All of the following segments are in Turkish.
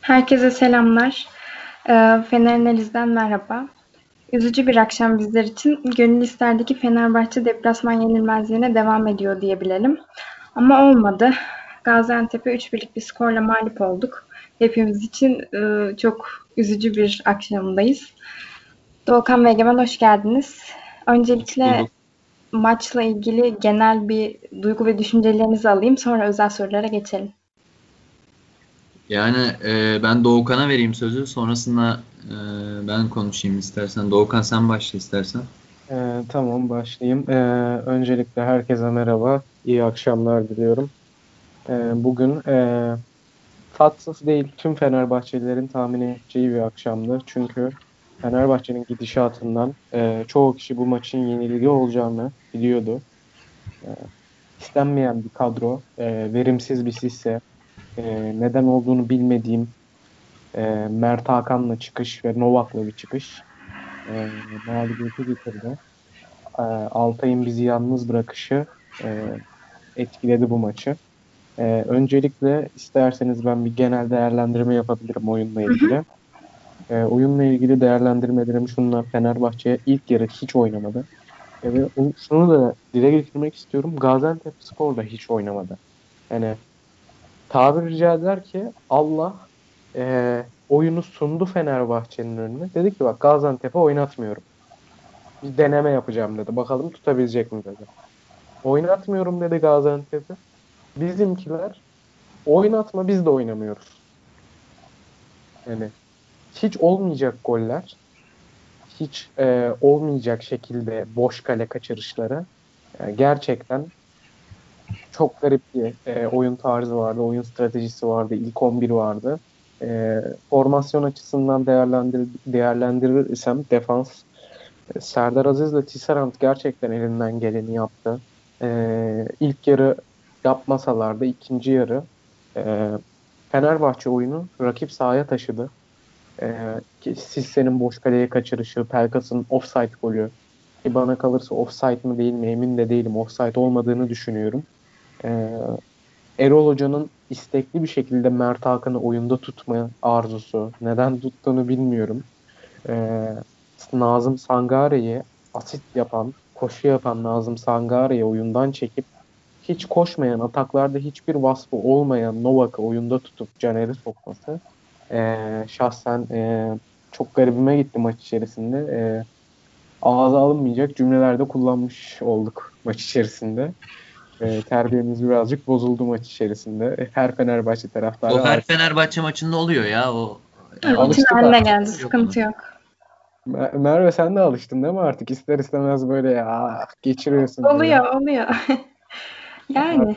Herkese selamlar. Fener Analiz'den merhaba. Üzücü bir akşam bizler için. Gönül isterdi ki Fenerbahçe deplasman yenilmezliğine devam ediyor diyebilelim. Ama olmadı. Gaziantep'e 3-1'lik bir skorla mağlup olduk. Hepimiz için çok üzücü bir akşamdayız. Doğukan ve Egemen hoş geldiniz. Hoş Öncelikle bulduk. maçla ilgili genel bir duygu ve düşüncelerinizi alayım. Sonra özel sorulara geçelim. Ben Doğukan'a vereyim sözü. Sonrasında ben konuşayım istersen. Doğukan sen başla istersen. Tamam başlayayım. Öncelikle herkese merhaba. İyi akşamlar diliyorum. Bugün tatsız değil tüm Fenerbahçelilerin tahmin edeceği bir akşamdı. Çünkü Fenerbahçe'nin gidişatından çoğu kişi bu maçın yenilgi olacağını biliyordu. E, istenmeyen bir kadro, verimsiz bir Sisse, neden olduğunu bilmediğim Mert Hakan'la çıkış ve Novak'la bir çıkış mağlubiyeti getirdi. Altay'ın bizi yalnız bırakışı etkiledi bu maçı. Öncelikle isterseniz ben bir genel değerlendirme yapabilirim oyunla Hı hı. ilgili. Oyunla ilgili değerlendirmelerim şunlar. Fenerbahçe ilk yarı hiç oynamadı. Ve şunu da dile getirmek istiyorum. Gaziantepspor da hiç oynamadı. Yani tabiri rica eder ki Allah oyunu sundu Fenerbahçe'nin önüne. Dedi ki bak Gaziantep'e oynatmıyorum. Bir deneme yapacağım dedi. Bakalım tutabilecek mi dedi. Oynatmıyorum dedi Gaziantep'i. Bizimkiler oynatma biz de oynamıyoruz. Yani hiç olmayacak goller, hiç olmayacak şekilde boş kale kaçırışları. Gerçekten çok garip bir oyun tarzı vardı, oyun stratejisi vardı, ilk 11 vardı. Formasyon açısından değerlendirirsem defans Serdar Aziz ile Tisserand gerçekten elinden geleni yaptı. İlk yarı yapmasalar da ikinci yarı e, Fenerbahçe oyunu rakip sahaya taşıdı. Sisse'nin boş kaleye kaçırışı, Pelkas'ın offside golü. Ki bana kalırsa offside mı değil mi emin de değilim. Offside olmadığını düşünüyorum. Ee, Erol Hoca'nın istekli bir şekilde Mert Hakan'ı oyunda tutma arzusu. Neden tuttuğunu bilmiyorum. Ee, Nazım Sangare'yi asit yapan, koşu yapan Nazım Sangare'yi oyundan çekip hiç koşmayan, ataklarda hiçbir vasfı olmayan Novak'ı oyunda tutup Caner'i sokması şahsen çok garibime gitti maç içerisinde. Ağza alınmayacak cümlelerde kullanmış olduk maç içerisinde. Terbiyemiz birazcık bozuldu maç içerisinde. Her Fenerbahçe taraftarı O her Fenerbahçe maçında oluyor ya. O yani Rutin alıştık haline artık. geldi, yok onun. sıkıntı yok. Merve sen de alıştın değil mi artık? İster istemez böyle ya geçiriyorsun böyle. Oluyor, oluyor. Yani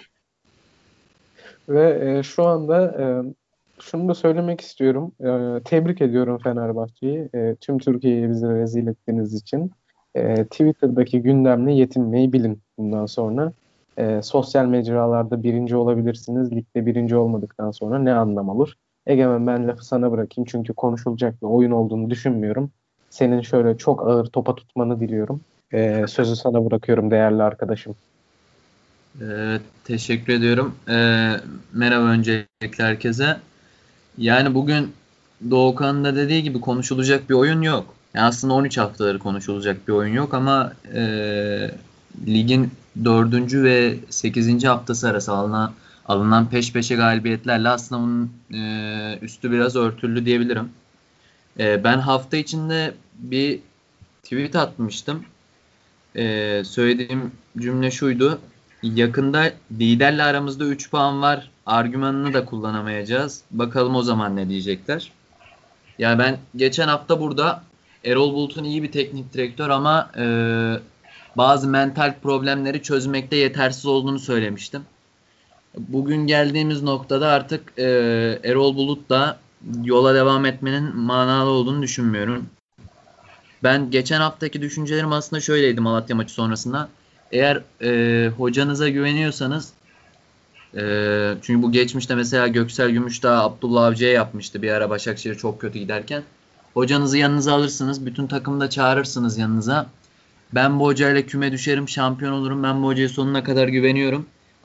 Ve şu anda şunu da söylemek istiyorum. Tebrik ediyorum Fenerbahçe'yi. Tüm Türkiye'yi bize rezil ettiğiniz için. Twitter'daki gündemle yetinmeyi bilin bundan sonra. Sosyal mecralarda birinci olabilirsiniz. Ligde birinci olmadıktan sonra ne anlam olur? Egemen ben lafı sana bırakayım. Çünkü konuşulacak bir oyun olduğunu düşünmüyorum. Senin şöyle çok ağır topa tutmanı diliyorum. Sözü sana bırakıyorum değerli arkadaşım. Teşekkür ediyorum. Merhaba öncelikle herkese. Yani bugün Doğukan'ın da dediği gibi konuşulacak bir oyun yok. Yani aslında 13 haftaları konuşulacak bir oyun yok ama ligin 4. ve 8. haftası arası alınan peş peşe galibiyetlerle aslında bunun üstü biraz örtüldü diyebilirim. Ben hafta içinde bir tweet atmıştım. Söylediğim cümle şuydu. Yakında liderle aramızda 3 puan var argümanını da kullanamayacağız. Bakalım o zaman ne diyecekler. Yani ben geçen hafta burada Erol Bulut'un iyi bir teknik direktör ama bazı mental problemleri çözmekte yetersiz olduğunu söylemiştim. Bugün geldiğimiz noktada artık Erol Bulut da yola devam etmenin manalı olduğunu düşünmüyorum. Ben geçen haftaki düşüncelerim aslında şöyleydi Malatya maçı sonrasında. Eğer hocanıza güveniyorsanız çünkü bu geçmişte mesela Göksel Gümüşdağ Abdullah Avcı'ya yapmıştı bir ara Başakşehir çok kötü giderken. Hocanızı yanınıza alırsınız. Bütün takımı da çağırırsınız yanınıza. Ben bu hocayla küme düşerim, şampiyon olurum. Ben bu hocaya sonuna kadar güveniyorum.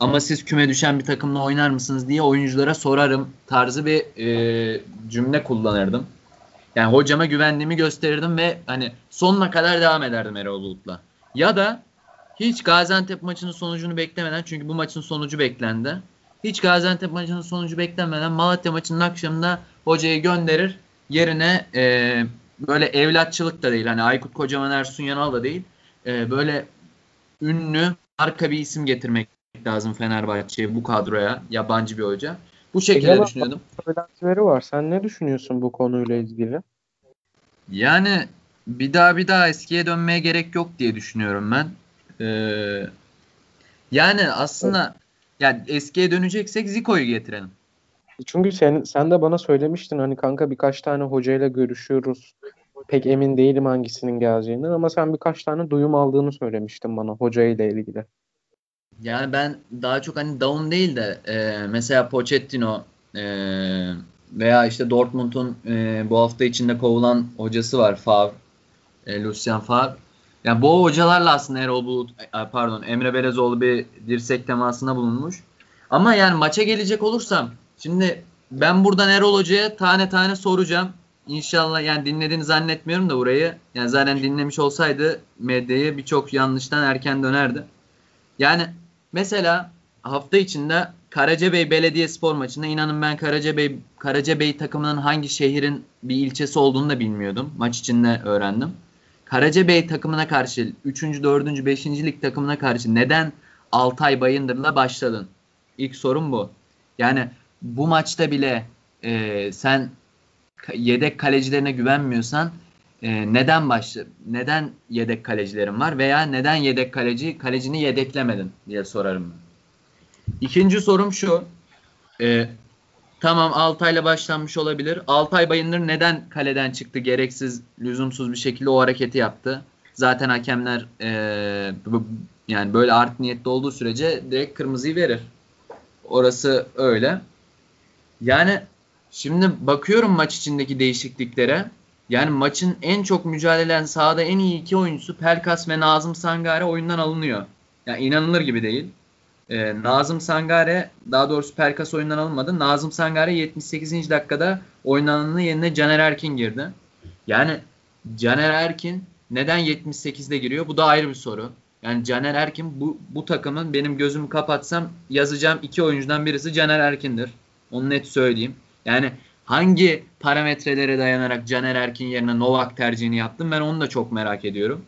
ama siz küme düşen bir takımla oynar mısınız diye oyunculara sorarım tarzı bir cümle kullanırdım. Yani hocama güvendiğimi gösterirdim ve hani sonuna kadar devam ederdim Erol Bulut'la. Ya da hiç Gaziantep maçının sonucunu beklemeden, çünkü bu maçın sonucu beklendi. Hiç Gaziantep maçının sonucu beklenmeden Malatya maçının akşamında hocayı gönderir. Yerine böyle evlatçılık da değil. Hani Aykut Kocaman, Ersun Yanal da değil. Böyle ünlü, arka bir isim getirmek lazım Fenerbahçe'ye, bu kadroya. Yabancı bir hoca. Bu şekilde Egemen, düşünüyordum. söylentileri var. Sen ne düşünüyorsun bu konuyla ilgili? Yani bir daha eskiye dönmeye gerek yok diye düşünüyorum ben. Ee, Yani aslında yani eskiye döneceksek Zico'yu getirelim. Çünkü sen de bana söylemiştin hani kanka birkaç tane hocayla görüşüyoruz. Pek emin değilim hangisinin geleceğinden ama sen birkaç tane duyum aldığını söylemiştin bana hocayla ilgili. Yani ben daha çok hani Daum değil de mesela Pochettino e, veya işte Dortmund'un bu hafta içinde kovulan hocası var, Favre, Lucien Favre. Yani bu hocalarla aslında Erol Bulut, pardon, Emre Belezoğlu bir dirsek temasına bulunmuş. Ama yani maça gelecek olursam, şimdi ben buradan Erol Hoca'ya tane tane soracağım. İnşallah yani dinlediğini zannetmiyorum da burayı. Yani zaten dinlemiş olsaydı medyayı birçok yanlıştan erken dönerdi. Yani mesela hafta içinde Karacabey Belediyespor maçında, inanın ben Karacabey takımının hangi şehrin bir ilçesi olduğunu da bilmiyordum. Maç içinde öğrendim. Karacabey takımına karşı 3. 4. 5. lig takımına karşı neden Altay Bayındır'la başladın? İlk sorum bu. Yani bu maçta bile sen yedek kalecilerine güvenmiyorsan neden yedek kalecilerin var veya neden kalecini yedeklemedin diye sorarım ben. İkinci sorum şu. E, tamam, Altay'la başlanmış olabilir. Altay Bayındır neden kaleden çıktı? Gereksiz, lüzumsuz bir şekilde o hareketi yaptı. Zaten hakemler yani böyle art niyetli olduğu sürece direkt kırmızıyı verir. Orası öyle. Yani şimdi bakıyorum maç içindeki değişikliklere. Yani maçın en çok mücadele eden, sahada en iyi iki oyuncusu Pelkas ve Nazım Sangare oyundan alınıyor. Yani inanılır gibi değil. Nazım Sangare, daha doğrusu Pelkas oyundan alınmadı. Nazım Sangare 78. dakikada oynananın yerine Caner Erkin girdi. Yani Caner Erkin neden 78'de giriyor? Bu da ayrı bir soru. Yani Caner Erkin bu takımın, benim gözümü kapatsam yazacağım iki oyuncudan birisi Caner Erkin'dir. Onu net söyleyeyim. Yani hangi parametrelere dayanarak Caner Erkin yerine Novak tercihini yaptım, ben onu da çok merak ediyorum.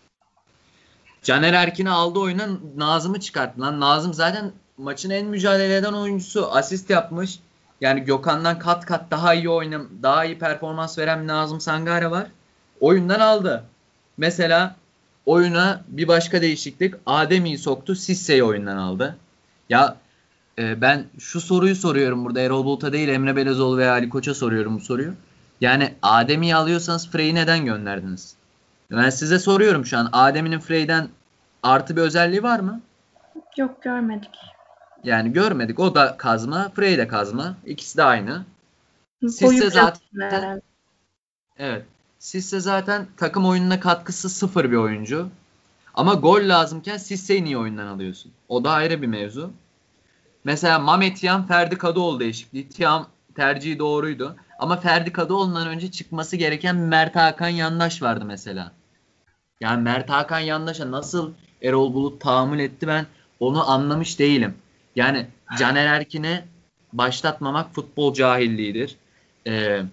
Caner Erkin'i aldı oyuna, Nazım'ı çıkarttı. Lan Nazım zaten maçın en mücadele eden oyuncusu. Asist yapmış. Yani Gökhan'dan kat kat daha iyi performans veren Nazım Sangare var. Oyundan aldı. Mesela oyuna bir başka değişiklik, Adem'iyi soktu. Sisse'yi oyundan aldı. Ya ben şu soruyu soruyorum burada, Erol Bulut'a değil Emre Belezoğlu veya Ali Koç'a soruyorum bu soruyu. Yani Adem'iyi alıyorsanız Frey'i neden gönderdiniz? Ben size soruyorum şu an. Adem'in Frey'den artı bir özelliği var mı? Yok, görmedik. Yani görmedik. O da kazma, Frey de kazma. İkisi de aynı. Boyu Sisse biraz zaten herhalde. evet. Sisse zaten takım oyununa katkısı sıfır bir oyuncu. Ama gol lazımken Sisse'yi niye oyundan alıyorsun? O da ayrı bir mevzu. Mesela Mamet Yan, Ferdi Kadıoğlu değişikliği. Tiam tercihi doğruydu. Ama Ferdi Kadıoğlu'ndan önce çıkması gereken Mert Hakan Yandaş vardı mesela. Yani Mert Hakan Yandaş'a nasıl Erol Bulut tahammül etti, ben onu anlamış değilim. Yani Caner Erkin'e başlatmamak futbol cahilliğidir. Ee,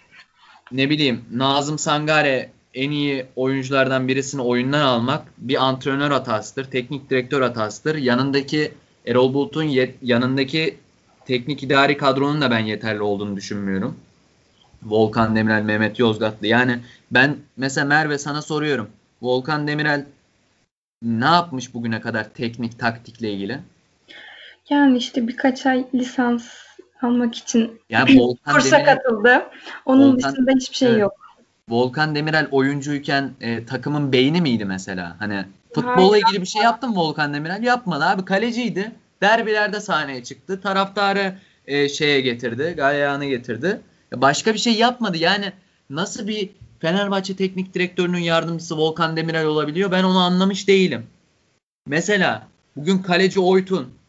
Ne bileyim, Nazım Sangare en iyi oyunculardan birisini oyundan almak bir antrenör hatasıdır. Teknik direktör hatasıdır. Yanındaki Erol Bulut'un yanındaki teknik idari kadronun da ben yeterli olduğunu düşünmüyorum. Volkan Demirel, Mehmet Yozgatlı. Yani ben mesela Merve sana soruyorum. Volkan Demirel ne yapmış bugüne kadar teknik taktikle ilgili? Yani işte birkaç ay lisans almak için Yani Volkan kursa Demirel katıldı. Onun Volkan dışında hiçbir şey evet. yok. Volkan Demirel oyuncuyken takımın beyni miydi mesela? Hani futbolla Hayır. ilgili bir şey yaptı mı Volkan Demirel? Yapmadı abi. Kaleciydi. Derbilerde sahneye çıktı. Taraftarı şeye getirdi. Galeyana getirdi. Başka bir şey yapmadı. Yani nasıl bir Fenerbahçe teknik direktörünün yardımcısı Volkan Demirel olabiliyor? Ben onu anlamış değilim. Mesela bugün kaleci Oytun.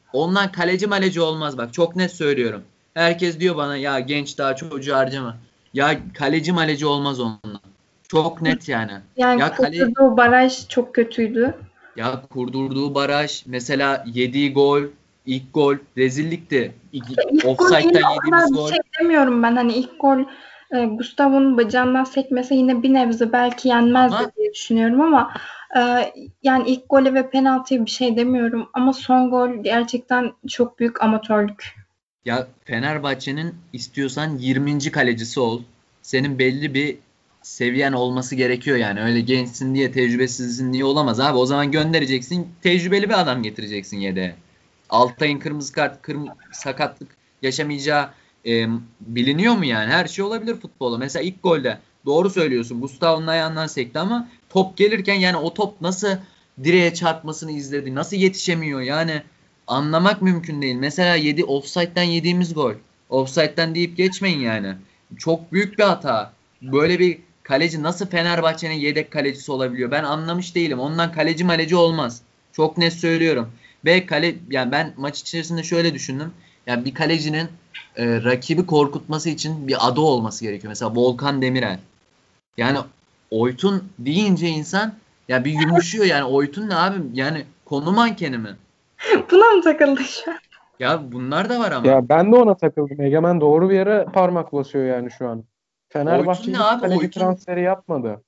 ondan kaleci maleci olmaz bak. Çok net söylüyorum. Herkes diyor bana ya genç daha çocuğu harcama. Ya kaleci maleci olmaz ondan. Çok net yani. Yani Ya kale kurtardığı baraj çok kötüydü. ya kurdurduğu baraj mesela yediği gol, ilk gol rezillikti. İlk gol yine Offside'den o kadar yediğimiz bir gol. şey demiyorum ben. Hani ilk gol Gustavo'nun bacağından sekmese yine bir nebze belki yenmezdi Ama diye düşünüyorum ama yani ilk gole ve penaltıya bir şey demiyorum ama son gol gerçekten çok büyük amatörlük. ya Fenerbahçe'nin istiyorsan 20. kalecisi ol. Senin belli bir seviyen olması gerekiyor yani. Öyle gençsin diye, tecrübesizsin diye olamaz abi. O zaman göndereceksin, tecrübeli bir adam getireceksin yedeğe. Altay'ın kırmızı kart, sakatlık yaşamayacağı biliniyor mu yani? Her şey olabilir futbolda. Mesela ilk golde doğru söylüyorsun. Gustavo'nun ayağından sekti ama top gelirken yani o top nasıl direğe çarpmasını izledi. Nasıl yetişemiyor yani anlamak mümkün değil. Mesela offside'den yediğimiz gol. Offside'den deyip geçmeyin yani. Çok büyük bir hata. Böyle bir kaleci nasıl Fenerbahçe'nin yedek kalecisi olabiliyor? Ben anlamış değilim. Ondan kaleci maleci olmaz. Çok net söylüyorum. Ve yani ben maç içerisinde şöyle düşündüm. Yani bir kalecinin rakibi korkutması için bir adı olması gerekiyor. Mesela Volkan Demirel. Yani Oytun deyince insan ya bir yumuşuyor yani. Oytun ne abi? Yani konu mankeni mi? Buna mı takıldı şu an? Ya bunlar da var ama. Ya ben de ona takıldım. Egemen doğru bir yere parmak basıyor yani şu an. Oytun Fenerbahçe ne hiç abi? kaleci Oytun transferi yapmadı.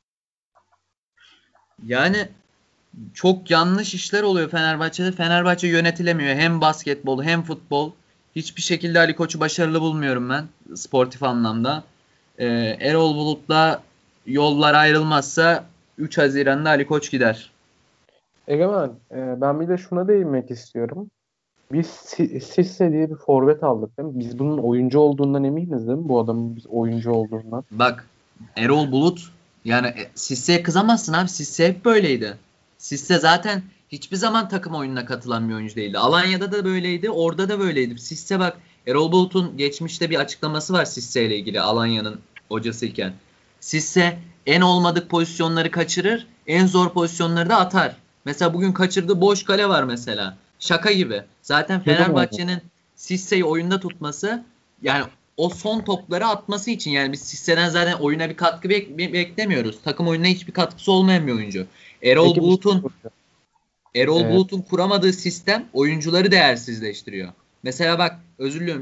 yani çok yanlış işler oluyor Fenerbahçe'de. Fenerbahçe yönetilemiyor. Hem basketbol hem futbol. Hiçbir şekilde Ali Koç'u başarılı bulmuyorum ben sportif anlamda. Erol Bulut'la yollar ayrılmazsa 3 Haziran'da Ali Koç gider. Egemen, ben bir de şuna değinmek istiyorum. Biz Sisse diye bir forvet aldık değil mi? Biz bunun oyuncu olduğundan eminiz değil mi? Bu adamın biz oyuncu olduğundan. Bak Erol Bulut yani Sisse'ye kızamazsın abi. Sisse hep böyleydi. Sisse zaten hiçbir zaman takım oyununa katılan bir oyuncu değildi. Alanya'da da böyleydi. Orada da böyleydi. Sisse bak Erol Bulut'un geçmişte bir açıklaması var Sisse ile ilgili Alanya'nın hocasıyken. Sisse en olmadık pozisyonları kaçırır. En zor pozisyonları da atar. Mesela bugün kaçırdığı boş kale var mesela. Şaka gibi. Zaten Durum yani. Fenerbahçe'nin Sisse'yi oyunda tutması yani o son topları atması için yani biz Sisse'den zaten oyuna bir katkı beklemiyoruz. Takım oyununa hiçbir katkısı olmayan bir oyuncu. Erol Peki bir şey Bulut'un soracağım. Erol E, Bulut'un kuramadığı sistem oyuncuları değersizleştiriyor. Mesela bak özür diliyorum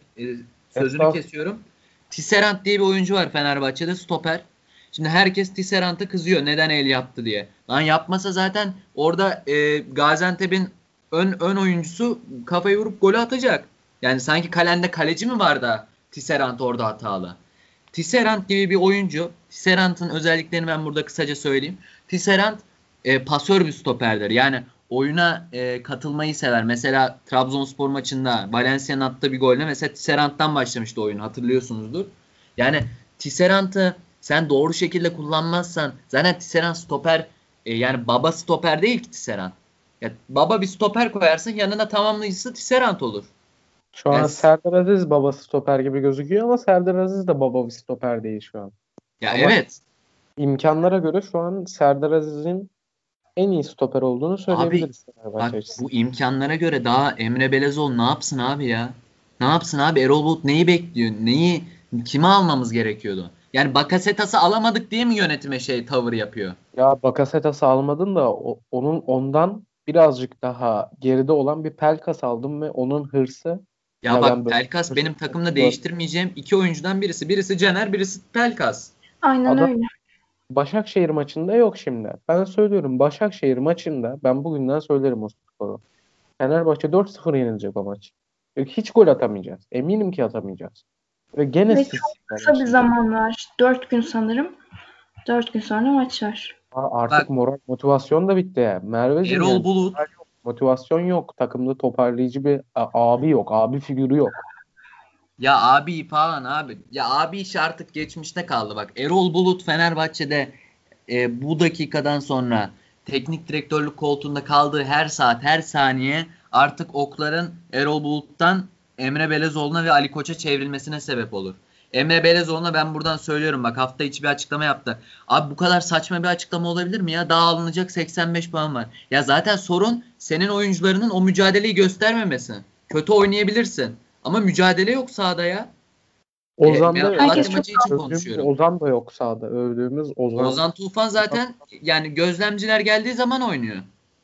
sözünü esas kesiyorum. Tisserand diye bir oyuncu var Fenerbahçe'de stoper. Şimdi herkes Tisserand'a kızıyor neden el yaptı diye. Lan yapmasa zaten orada Gaziantep'in ön oyuncusu kafayı vurup golü atacak. Yani sanki kalende kaleci mi var da Tisserand orada hatalı. Tisserand gibi bir oyuncu. Tisserand'ın özelliklerini ben burada kısaca söyleyeyim. Tisserand pasör bir stoperdir. Yani oyuna katılmayı sever. Mesela Trabzonspor maçında Valencia'nın attığı bir golle mesela Tisserand'dan başlamıştı oyun hatırlıyorsunuzdur. Yani Tisserand'ı sen doğru şekilde kullanmazsan zaten Tisserand stoper yani baba stoper değil ki Tisserand. Ya, baba bir stoper koyarsın yanına tamamlayıcısı Tisserand olur. şu Yani an Serdar Aziz baba stoper gibi gözüküyor ama Serdar Aziz de baba bir stoper değil şu an. ya Ama evet. imkanlara göre şu an Serdar Aziz'in en iyi stoper olduğunu Abi söyleyebiliriz Fenerbahçe bak bu açısından. imkanlara göre daha Emre Belezoğlu ne yapsın abi ya? Ne yapsın abi? Erol Bulut neyi bekliyor? Kimi almamız gerekiyordu? Yani Bakasetas'ı alamadık diye mi yönetime tavır yapıyor? Ya Bakasetas'ı almadın da ondan birazcık daha geride olan bir Pelkas aldım ve onun hırsı Ya ya ben bak böyle Pelkas benim hırsını takımda görmedim. değiştirmeyeceğim iki oyuncudan birisi. Birisi Caner, birisi Pelkas. Aynen Adam öyle. Başakşehir maçında yok şimdi. Ben söylüyorum Başakşehir maçında ben bugünden söylerim o skoru. Fenerbahçe 4-0 yenilecek o maç. Hiç gol atamayacağız. Eminim ki atamayacağız. Ve gene Ve çok sisler kısa bir başlayacak. zaman var. 4 gün sanırım. 4 gün sonra maç var. Artık Bak moral motivasyon da bitti ya. Merveciğim Erol yani Bulut moral yok, motivasyon yok. Takımda toparlayıcı bir abi yok. Abi figürü yok. ya abi falan abi. Ya abi iş artık geçmişte kaldı bak. Erol Bulut Fenerbahçe'de bu dakikadan sonra teknik direktörlük koltuğunda kaldığı her saat, her saniye artık okların Erol Bulut'tan Emre Belezoğlu'na ve Ali Koç'a çevrilmesine sebep olur. Emre Belezoğlu'na ben buradan söylüyorum, bak hafta içi bir açıklama yaptı. Abi bu kadar saçma bir açıklama olabilir mi ya? Daha alınacak 85 puan var. Ya zaten sorun senin oyuncularının o mücadeleyi göstermemesi. Kötü oynayabilirsin ama mücadele yok sahada ya. Ozan da Ben yok. Herkes Malatya çok maçı için Övdüğümüz konuşuyorum. Ozan da yok sahada. Övdüğümüz Ozan. Ozan Tufan zaten yani gözlemciler geldiği zaman oynuyor.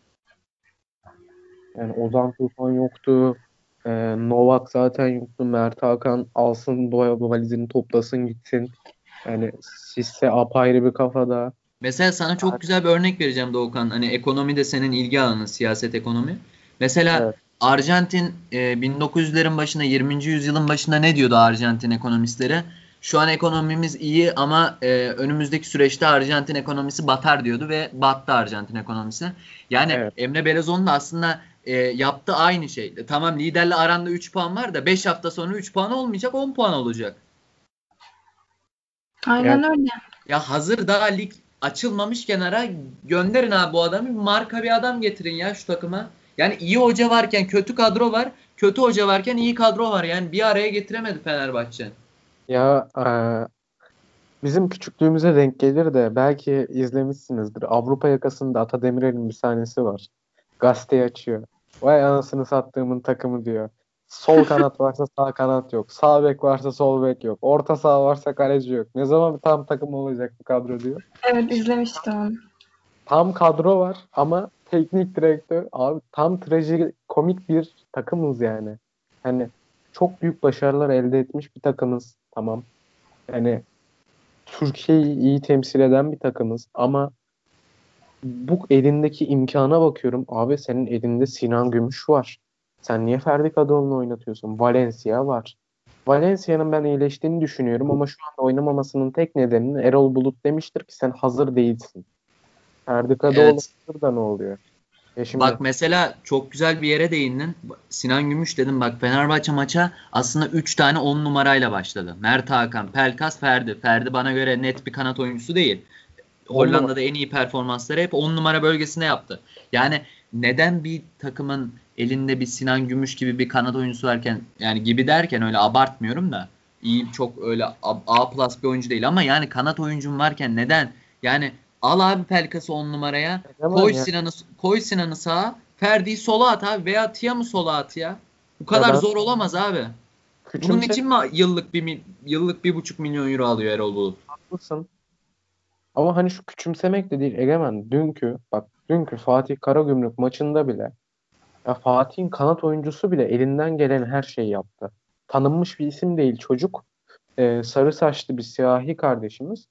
Yani Ozan Tufan yoktu. Novak zaten yoktu. Mert Hakan alsın valizini toplasın gitsin. Yani Sisse apayrı bir kafada. Mesela sana çok güzel bir örnek vereceğim Doğukan. Hani ekonomi de senin ilgi alanın, siyaset ekonomi. Mesela Evet. Arjantin 1900'lerin başında, 20. yüzyılın başında ne diyordu Arjantin ekonomistleri? Şu an ekonomimiz iyi ama önümüzdeki süreçte Arjantin ekonomisi batar diyordu ve battı Arjantin ekonomisi. Yani Evet. Emre Belezoğlu'nun da aslında yaptığı aynı şey. Tamam, liderle aranda 3 puan var da 5 hafta sonra 3 puan olmayacak, 10 puan olacak. Yani Aynen öyle. Ya hazır daha lig açılmamış kenara gönderin abi bu adamı. Marka bir adam getirin ya şu takıma. Yani iyi hoca varken kötü kadro var. Kötü hoca varken iyi kadro var. Yani bir araya getiremedi Fenerbahçe. ya bizim küçüklüğümüze denk gelir de belki izlemişsinizdir. Avrupa Yakası'nda Ata Demirer'in bir sahnesi var. Gazeteyi açıyor. Vay anasını sattığımın takımı diyor. Sol kanat varsa sağ kanat yok. Sağ bek varsa sol bek yok. Orta saha varsa kaleci yok. Ne zaman bir tam takım olacak bu kadro diyor. Evet, izlemiştim onu. Tam kadro var ama teknik direktör abi tam trajikomik bir takımız yani. Hani çok büyük başarılar elde etmiş bir takımız. Tamam. Yani Türkiye'yi iyi temsil eden bir takımız ama bu elindeki imkana bakıyorum. Abi senin elinde Sinan Gümüş var. Sen niye Ferdi Kadıoğlu'nu oynatıyorsun? Valencia var. Valencia'nın ben iyileştiğini düşünüyorum ama şu anda oynamamasının tek nedenini Erol Bulut demiştir ki sen hazır değilsin. Ferdi Kadıoğlu Evet. hazır da ne oluyor? Ya Bak şimdi mesela çok güzel bir yere değindin. Sinan Gümüş dedim, bak Fenerbahçe maça aslında 3 tane 10 numarayla başladı. Mert Hakan, Pelkas, Ferdi. Ferdi bana göre net bir kanat oyuncusu değil. 10 numara. Hollanda'da en iyi performansları hep 10 numara bölgesinde yaptı. Yani neden bir takımın elinde bir Sinan Gümüş gibi bir kanat oyuncusu varken, yani gibi derken öyle abartmıyorum da, iyi çok öyle A plus bir oyuncu değil ama yani kanat oyuncum varken neden, yani al abi Pelkas'ı 10 numaraya, Hemen ya. Koy Sinan'ı sağa, Ferdi'yi sola at abi, veya Tiam'ı sola at ya. Bu Ya kadar ben zor olamaz abi. Bunun küçümse için mi yıllık 1,5 milyon euro alıyor Erol Bulut? haklısın. Ama hani şu küçümsemek de değil Egemen. Dünkü Fatih Karagümrük maçında bile ya Fatih'in kanat oyuncusu bile elinden gelen her şeyi yaptı. Tanınmış bir isim değil çocuk. Sarı saçlı bir siyahi kardeşimiz.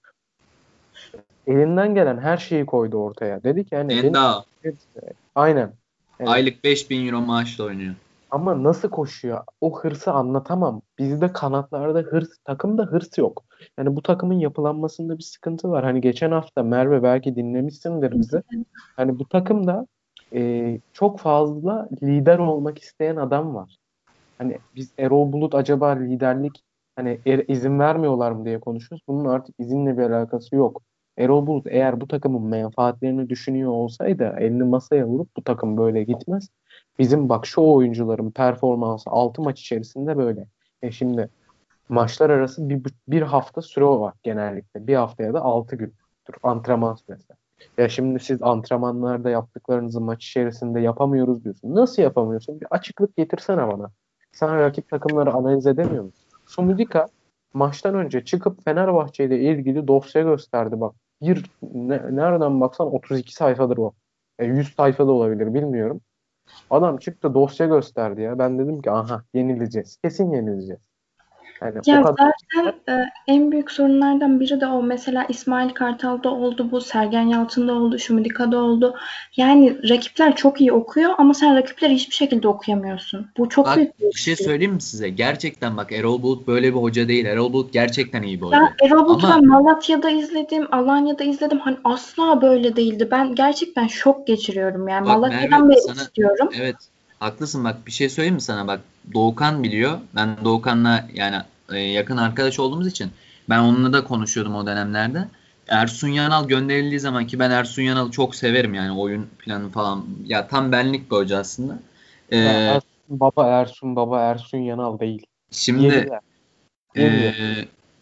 Elinden gelen her şeyi koydu ortaya. Dedi ki yani benim Enda aynen. Yani aylık 5.000 euro maaşla oynuyor. ama nasıl koşuyor? O hırsı anlatamam. Bizde kanatlarda takımda hırs yok. Yani bu takımın yapılanmasında bir sıkıntı var. Hani geçen hafta Merve belki dinlemişsindir bizi. Hani bu takımda çok fazla lider olmak isteyen adam var. Hani biz Erol Bulut acaba liderlik hani izin vermiyorlar mı diye konuşuyoruz. Bunun artık izinle bir alakası yok. Erol Bulut eğer bu takımın menfaatlerini düşünüyor olsaydı elini masaya vurup bu takım böyle gitmez. Bizim bak şu oyuncuların performansı 6 maç içerisinde böyle. Şimdi maçlar arası bir hafta süre var genellikle. Bir haftaya da 6 gün antrenman süresi. Ya şimdi siz antrenmanlarda yaptıklarınızı maç içerisinde yapamıyoruz diyorsun. Nasıl yapamıyorsun? Bir açıklık getirsene bana. Sen rakip takımları analiz edemiyor musun? Sumudika maçtan önce çıkıp Fenerbahçe ile ilgili dosya gösterdi bak. Nereden baksan 32 sayfadır o. 100 sayfada olabilir bilmiyorum. Adam çıktı dosya gösterdi ya. Ben dedim ki aha yenileceğiz. Kesin yenileceğiz. Yani o Ya kadar zaten en büyük sorunlardan biri de o. Mesela İsmail Kartal'da oldu bu, Sergen Yalçın'da oldu, Şumidika'da oldu. Yani rakipler çok iyi okuyor ama sen rakipleri hiçbir şekilde okuyamıyorsun. Bu çok Bak büyük bir bir şey eksiklik. söyleyeyim mi size? Gerçekten bak, Erol Bulut böyle bir hoca değil. Erol Bulut gerçekten iyi bir Ya hoca. Erol Bulut'u Ama ben Malatya'da izledim, Alanya'da izledim. Hani asla böyle değildi. Ben gerçekten şok geçiriyorum. Yani bak Merve Malatya'dan beri sana, istiyorum. evet haklısın, bak bir şey söyleyeyim mi sana? Bak Doğukan biliyor. Ben Doğukan'la yani yakın arkadaş olduğumuz için ben onunla da konuşuyordum o dönemlerde. Ersun Yanal gönderildiği zaman, ki ben Ersun Yanal'ı çok severim yani, oyun planı falan. Ya tam benlik bir hoca aslında. ya E, Ersun Baba Ersun Yanal değil. şimdi Yediler. e, Yediler.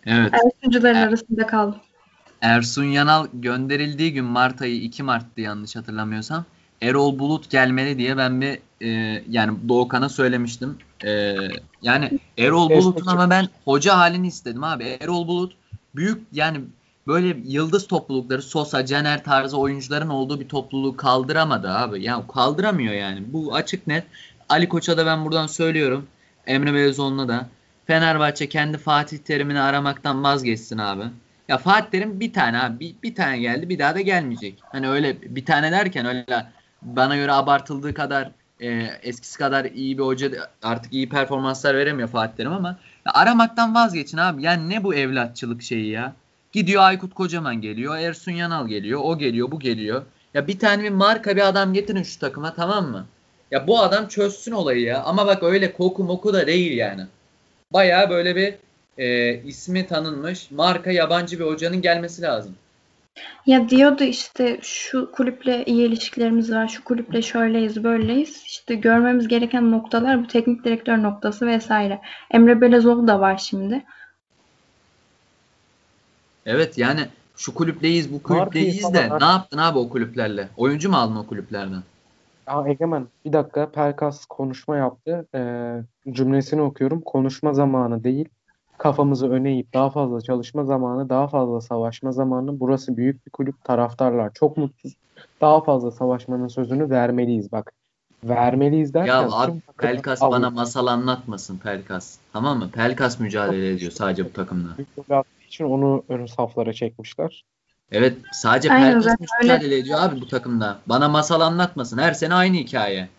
Evet. Ersucuların arasında kaldım. Ersun Yanal gönderildiği gün Mart ayı 2 Mart'tı yanlış hatırlamıyorsam. Erol Bulut gelmeli diye ben bir yani Doğukan'a söylemiştim. Yani Erol Bulut'un Destek ama ben çıkmış. hoca halini istedim abi. Erol Bulut büyük yani böyle yıldız toplulukları Sosa, Caner tarzı oyuncuların olduğu bir topluluğu kaldıramadı abi. Yani kaldıramıyor yani. Bu açık net. Ali Koç'a da ben buradan söylüyorum. Emre Belezoğlu'na da. Fenerbahçe kendi Fatih Terim'ini aramaktan vazgeçsin abi. Ya Fatih Terim bir tane abi. Bir tane geldi bir daha da gelmeyecek. Hani öyle bir tane derken öyle bana göre abartıldığı kadar eskisi kadar iyi bir hoca artık iyi performanslar veremiyor Fatih Terim ama ya aramaktan vazgeçin abi. Yani ne bu evlatçılık şeyi ya. Gidiyor Aykut Kocaman geliyor. Ersun Yanal geliyor. O geliyor bu geliyor. Ya bir tane bir marka bir adam getirin şu takıma tamam mı? Ya bu adam çözsün olayı ya. Ama bak öyle koku moku da değil yani. Bayağı böyle bir ismi tanınmış marka yabancı bir hocanın gelmesi lazım. Ya diyordu işte şu kulüple iyi ilişkilerimiz var, şu kulüple şöyleyiz, böyleyiz. İşte görmemiz gereken noktalar bu teknik direktör noktası vesaire. Emre Belezoğlu da var şimdi. Evet yani şu kulüpleyiz bu Markayı kulüpleyiz falan de ne yaptın abi o kulüplerle? Oyuncu mu aldın o kulüplerden? Egemen bir dakika Pelkas konuşma yaptı. Cümlesini okuyorum. Konuşma zamanı değil. Kafamızı öne eğip daha fazla çalışma zamanı, daha fazla savaşma zamanı. Burası büyük bir kulüp. Taraftarlar çok mutsuz. Daha fazla savaşmanın sözünü vermeliyiz. Bak vermeliyiz Ya derken abi tüm takımı Pelkas bana alıyor. masal anlatmasın Pelkas. Tamam mı? Pelkas mücadele ediyor sadece bu takımda. Büyük gol attığı için onu ön saflara çekmişler. Evet sadece Aynen Pelkas zaten öyle. mücadele ediyor abi bu takımda. Bana masal anlatmasın. Her sene aynı hikaye.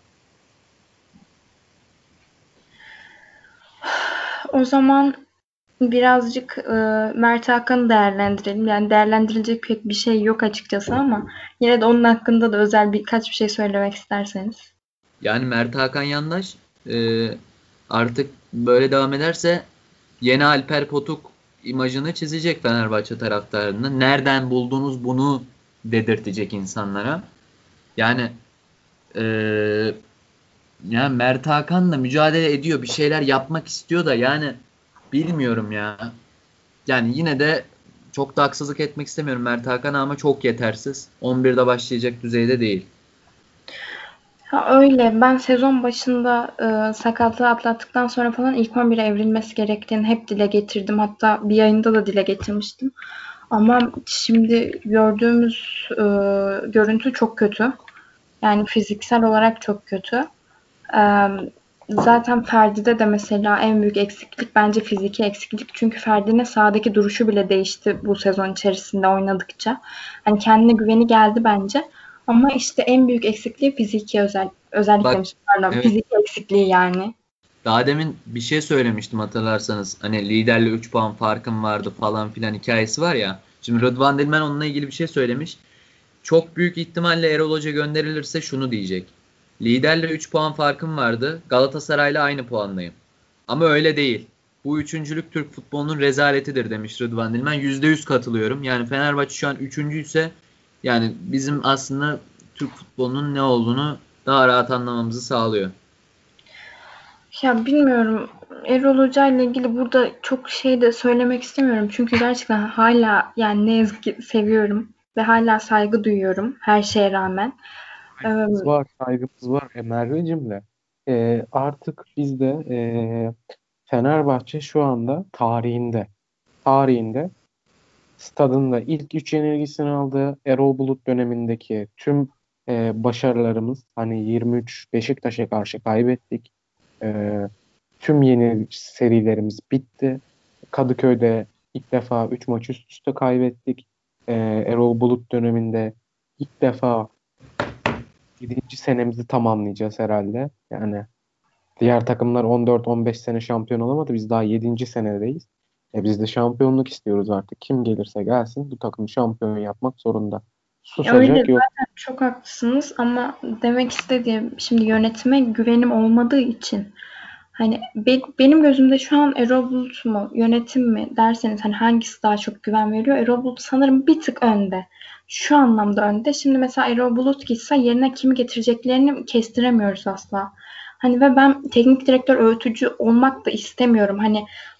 O zaman birazcık Mert Hakan'ı değerlendirelim. Yani değerlendirilecek pek bir şey yok açıkçası ama yine de onun hakkında da özel birkaç bir şey söylemek isterseniz. Yani Mert Hakan Yandaş e, artık böyle devam ederse yeni Alper Potuk imajını çizecek Fenerbahçe taraftarında. Nereden buldunuz bunu dedirtecek insanlara. Yani e, yani Mert Hakan da mücadele ediyor. Bir şeyler yapmak istiyor da yani bilmiyorum ya. Yani yine de çok da haksızlık etmek istemiyorum Mert Hakan'a ama çok yetersiz. 11'de başlayacak düzeyde değil. Ha öyle. Ben sezon başında sakatlığı atlattıktan sonra falan ilk 11'e evrilmesi gerektiğini hep dile getirdim. Hatta bir yayında da dile getirmiştim. Ama şimdi gördüğümüz görüntü çok kötü. Yani fiziksel olarak çok kötü. E, Zaten Ferdi'de de mesela en büyük eksiklik bence fiziki eksiklik. Çünkü Ferdi'nin sahadaki duruşu bile değişti bu sezon içerisinde oynadıkça. Hani kendine güveni geldi bence. Ama işte en büyük eksikliği fiziki özellik Bak demişim pardon. evet Fiziki eksikliği yani. daha demin bir şey söylemiştim hatırlarsanız. Hani liderle 3 puan farkım vardı falan filan hikayesi var ya. Şimdi Rıdvan Dilmen onunla ilgili bir şey söylemiş. Çok büyük ihtimalle Erol Hoca gönderilirse şunu diyecek. Liderle 3 puan farkım vardı. Galatasaray'la aynı puandayım. Ama öyle değil. Bu üçüncülük Türk futbolunun rezaletidir demiş Rıdvan Dilmen. %100 katılıyorum. Yani Fenerbahçe şu an üçüncü ise yani bizim aslında Türk futbolunun ne olduğunu daha rahat anlamamızı sağlıyor. Ya bilmiyorum. Erol Hoca ile ilgili burada çok şey de söylemek istemiyorum. Çünkü gerçekten hala yani ne yazık ki seviyorum ve hala saygı duyuyorum her şeye rağmen. Ee, Saygımız var, saygımız var. Merveciğimle. Artık bizde Fenerbahçe şu anda tarihinde stadında ilk 3 yenilgisini aldı. Erol Bulut dönemindeki tüm başarılarımız hani 23 Beşiktaş'a karşı kaybettik. E, Tüm yeni serilerimiz bitti. Kadıköy'de ilk defa 3 maç üst üste kaybettik. Erol Bulut döneminde ilk defa 7. senemizi tamamlayacağız herhalde. Yani diğer takımlar 14-15 sene şampiyon olamadı. Biz daha 7. senedeyiz. Biz de şampiyonluk istiyoruz artık. Kim gelirse gelsin bu takımı şampiyon yapmak zorunda. Öyle Susacak yok. zaten çok haklısınız ama demek istediğim şimdi yönetime güvenim olmadığı için hani benim gözümde şu an Erol Bulut mu yönetim mi derseniz hani hangisi daha çok güven veriyor? Erol Bulut sanırım bir tık önde. Şu anlamda önde. Şimdi mesela Erol Bulut gitse yerine kimi getireceklerini kestiremiyoruz asla. Hani ve ben teknik direktör öğütücü olmak da istemiyorum. Hani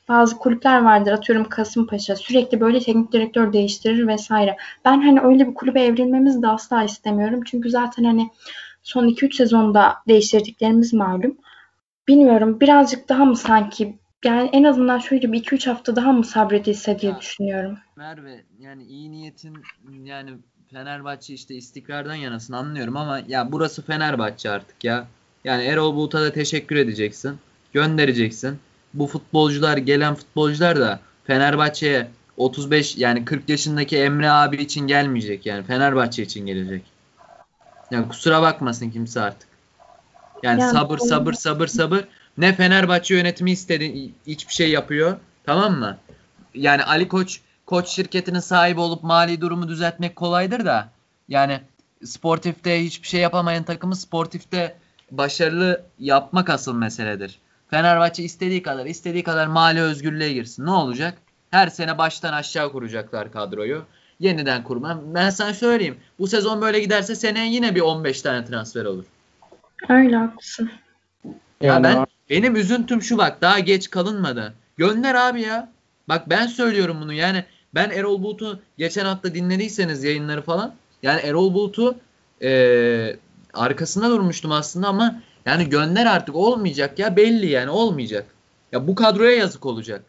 bazı kulüpler vardır, atıyorum Kasımpaşa, sürekli böyle teknik direktör değiştirir vesaire. Ben hani öyle bir kulübe evrilmemizi de asla istemiyorum. Çünkü zaten hani son 2-3 sezonda değiştirdiklerimiz malum. Bilmiyorum, birazcık daha mı sanki, yani en azından şöyle bir 2-3 hafta daha mı sabredilse diye Ya düşünüyorum. Merve, yani iyi niyetin, yani Fenerbahçe işte istikrardan yanasın, anlıyorum ama ya burası Fenerbahçe artık ya. Yani Erol Bulut'a da teşekkür edeceksin. Göndereceksin. Bu futbolcular, gelen futbolcular da Fenerbahçe'ye 35, yani 40 yaşındaki Emre abi için gelmeyecek, yani Fenerbahçe için gelecek. Yani kusura bakmasın kimse artık. Yani Yani sabır sabır sabır sabır. Ne Fenerbahçe yönetimi istedi, hiçbir şey yapıyor. Tamam mı? Yani Ali Koç şirketinin sahibi olup mali durumu düzeltmek kolaydır da, yani sportifte hiçbir şey yapamayan takımı sportifte başarılı yapmak asıl meseledir. Fenerbahçe istediği kadar mali özgürlüğe girsin. Ne olacak? Her sene baştan aşağı kuracaklar kadroyu. Yeniden kurma. Ben sana söyleyeyim. Bu sezon böyle giderse seneye yine bir 15 tane transfer olur. öyle, haklısın. Ya Yani benim üzüntüm şu, bak, daha geç kalınmadı. Gönder abi ya. Bak ben söylüyorum bunu, yani ben Erol Bulut'u geçen hafta dinlediyseniz yayınları falan, yani Erol Bulut'u arkasında durmuştum aslında ama yani gönder artık, olmayacak ya, belli yani olmayacak. Ya bu kadroya yazık olacak.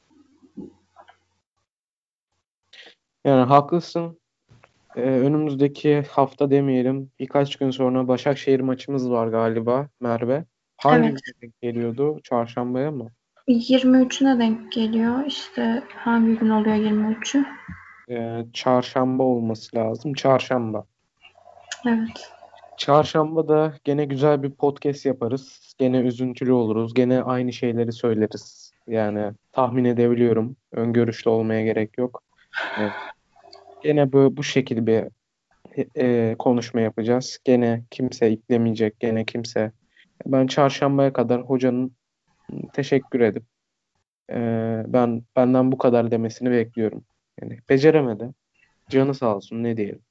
yani haklısın. Önümüzdeki hafta demeyelim. Birkaç gün sonra Başakşehir maçımız var galiba Merve. Hangi Evet. güne denk geliyordu? Çarşambaya mı? 23'üne denk geliyor. İşte hangi gün oluyor 23'ü? Çarşamba olması lazım. Çarşamba. Evet. Çarşamba da gene güzel bir podcast yaparız. Gene üzüntülü oluruz. Gene aynı şeyleri söyleriz. Yani tahmin edebiliyorum. Öngörüşlü olmaya gerek yok. E, Gene bu şekilde bir konuşma yapacağız. Gene kimse iplemeyecek. Gene kimse. Ben çarşambaya kadar hocanın teşekkür edip benden bu kadar demesini bekliyorum. Yani beceremedi. Canı sağ olsun, ne diyelim.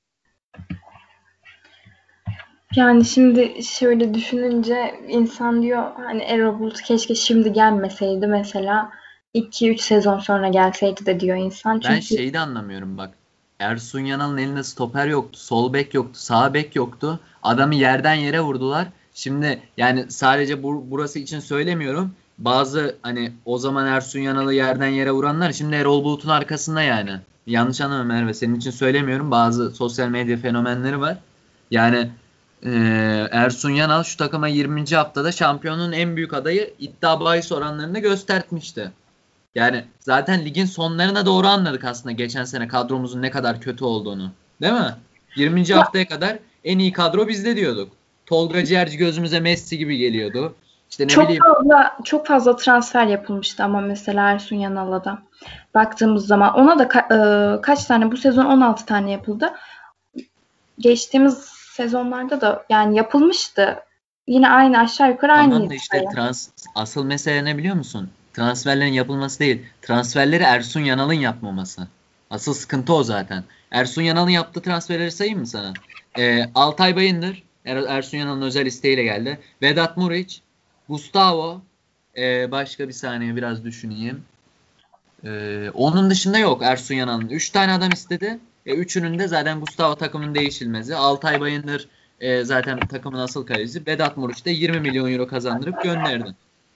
Yani şimdi şöyle düşününce insan diyor hani Erol Bulut keşke şimdi gelmeseydi mesela, 2-3 sezon sonra gelseydi de diyor insan. Ben Çünkü şeyi de anlamıyorum bak. Ersun Yanal'ın elinde stoper yoktu, sol bek yoktu, sağ bek yoktu. Adamı yerden yere vurdular. Şimdi yani sadece burası için söylemiyorum. Bazı hani o zaman Ersun Yanal'ı yerden yere vuranlar şimdi Erol Bulut'un arkasında yani. Yanlış anlama Merve, senin için söylemiyorum. Bazı sosyal medya fenomenleri var. Yani Ersun Yanal şu takıma 20. haftada şampiyonun en büyük adayı iddia bahis oranlarını göstermişti. Yani zaten ligin sonlarına doğru anladık aslında geçen sene kadromuzun ne kadar kötü olduğunu. Değil mi? 20. ya haftaya kadar en iyi kadro bizde diyorduk. Tolga Ciğerci gözümüze Messi gibi geliyordu. İşte ne çok bileyim. fazla çok fazla transfer yapılmıştı ama mesela Ersun Yanal'a da baktığımız zaman ona da kaç tane, bu sezon 16 tane yapıldı. Geçtiğimiz sezonlarda da yani yapılmıştı. Yine aynı, aşağı yukarı Tamam aynıydı da işte sayı. asıl mesele ne biliyor musun? Transferlerin yapılması değil. Transferleri Ersun Yanal'ın yapmaması. Asıl sıkıntı o zaten. Ersun Yanal'ın yaptığı transferleri sayayım mı sana? Altay Bayındır. Ersun Yanal'ın özel isteğiyle geldi. Vedat Muriç. Gustavo. Başka bir saniye biraz düşüneyim. Onun dışında yok Ersun Yanal'ın. 3 tane adam istedi. Üçünün de zaten Gustavo takımın değişilmezi. Altay Bayındır zaten takımın asıl kalecisi. Vedat Muriç de 20 milyon euro kazandırıp gönderdi.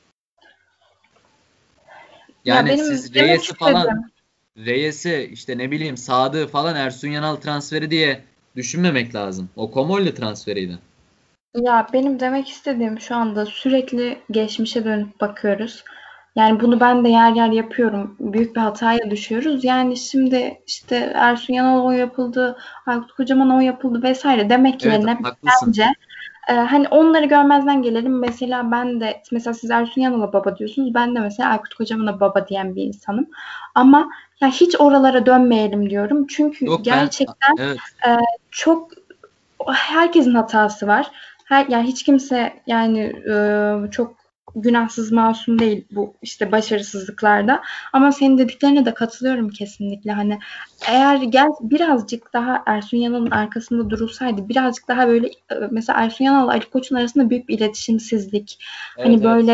Ya Yani benim siz demek Reyes'i işte ne bileyim Sadık'ı falan Ersun Yanal transferi diye düşünmemek lazım. O Komolli transferiydi. demek istediğim şu anda sürekli geçmişe dönüp bakıyoruz. Yani bunu ben de yer yer yapıyorum. Büyük bir hataya düşüyoruz. Yani şimdi işte Ersun Yanal o yapıldı, Aykut Kocaman o yapıldı vesaire demek Evet, yerine haklısın. bence hani onları görmezden gelelim. Mesela ben de, mesela siz Ersun Yanal'a baba diyorsunuz. Ben de mesela Aykut Kocaman'a baba diyen bir insanım. Ama ya hiç oralara dönmeyelim diyorum. Çünkü Yok gerçekten evet. e, çok, herkesin hatası var. Yani hiç kimse yani çok günahsız, masum değil bu işte başarısızlıklarda. Ama senin dediklerine de katılıyorum kesinlikle. Hani eğer birazcık daha Ersun Yanal'ın arkasında durulsaydı, birazcık daha böyle mesela Ersun Yanal'la Ali Koç'un arasında büyük bir iletişimsizlik. Evet, Hani evet. böyle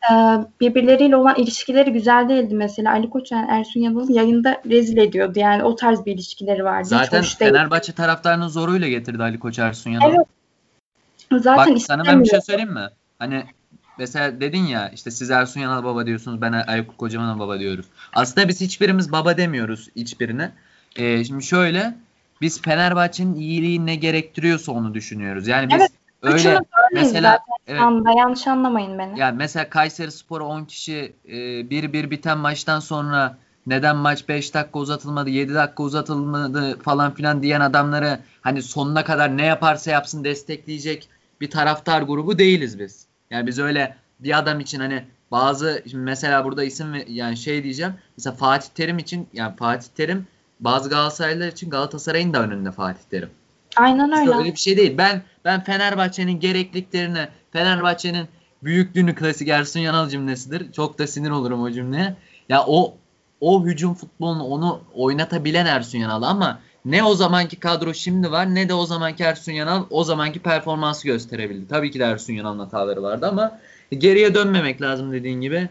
birbirleriyle olan ilişkileri güzel değildi mesela. Ali Koç yani Ersun Yanal'ı yayında rezil ediyordu. Yani o tarz bir ilişkileri vardı. Hiç Zaten hoş değil. Fenerbahçe taraftarının zoruyla getirdi Ali Koç Ersun Yanal'ı. Evet, zaten Bak sana ben bir şey istemiyor. söyleyeyim mi? Hani mesela dedin ya işte siz Ersun Yanal baba diyorsunuz, ben Aykut Kocaman'a baba diyoruz. Aslında biz hiçbirimiz baba demiyoruz hiçbirine. Şimdi şöyle, biz Fenerbahçe'nin iyiliği ne gerektiriyorsa onu düşünüyoruz. Yani Evet, biz üçümüz öyle öyleyiz mesela zaten şu evet, anda. Yanlış anlamayın beni. yani mesela Kayserispor'a 10 kişi 1-1 biten maçtan sonra neden maç 5 dakika uzatılmadı, 7 dakika uzatılmadı falan filan diyen adamları hani sonuna kadar ne yaparsa yapsın destekleyecek bir taraftar grubu değiliz biz. Yani biz öyle bir adam için hani bazı, şimdi mesela burada isim yani şey diyeceğim. Mesela Fatih Terim için, yani Fatih Terim bazı Galatasaraylılar için Galatasaray'ın da önünde Fatih Terim. Aynen Bizde öyle. öyle bir şey değil. Ben Fenerbahçe'nin gerekliliklerine, Fenerbahçe'nin büyüklüğünü, klasik Ersun Yanal cümlesidir. Çok da sinir olurum o cümleye. Ya o hücum futbolunu onu oynatabilen Ersun Yanal, ama ne o zamanki kadro şimdi var, ne de o zamanki Ersun Yanal o zamanki performansı gösterebildi. Tabii ki de Ersun Yanal'ın hataları vardı ama geriye dönmemek lazım dediğin gibi.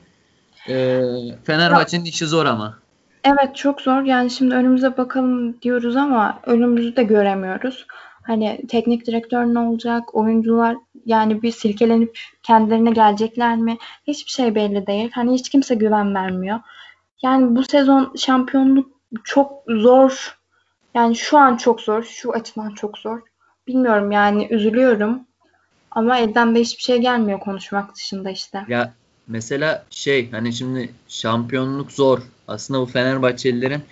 Ya, Fenerbahçe'nin işi zor ama. evet çok zor. Yani şimdi önümüze bakalım diyoruz ama önümüzü de göremiyoruz. Hani teknik direktör ne olacak? Oyuncular yani bir silkelenip kendilerine gelecekler mi? Hiçbir şey belli değil. Hani hiç kimse güven vermiyor. Yani bu sezon şampiyonluk çok zor. Yani şu an çok zor. Şu açıdan çok zor. Bilmiyorum yani üzülüyorum. Ama elden de hiçbir şey gelmiyor konuşmak dışında işte. Ya mesela şey, hani şimdi şampiyonluk zor. Aslında bu Fenerbahçelilerin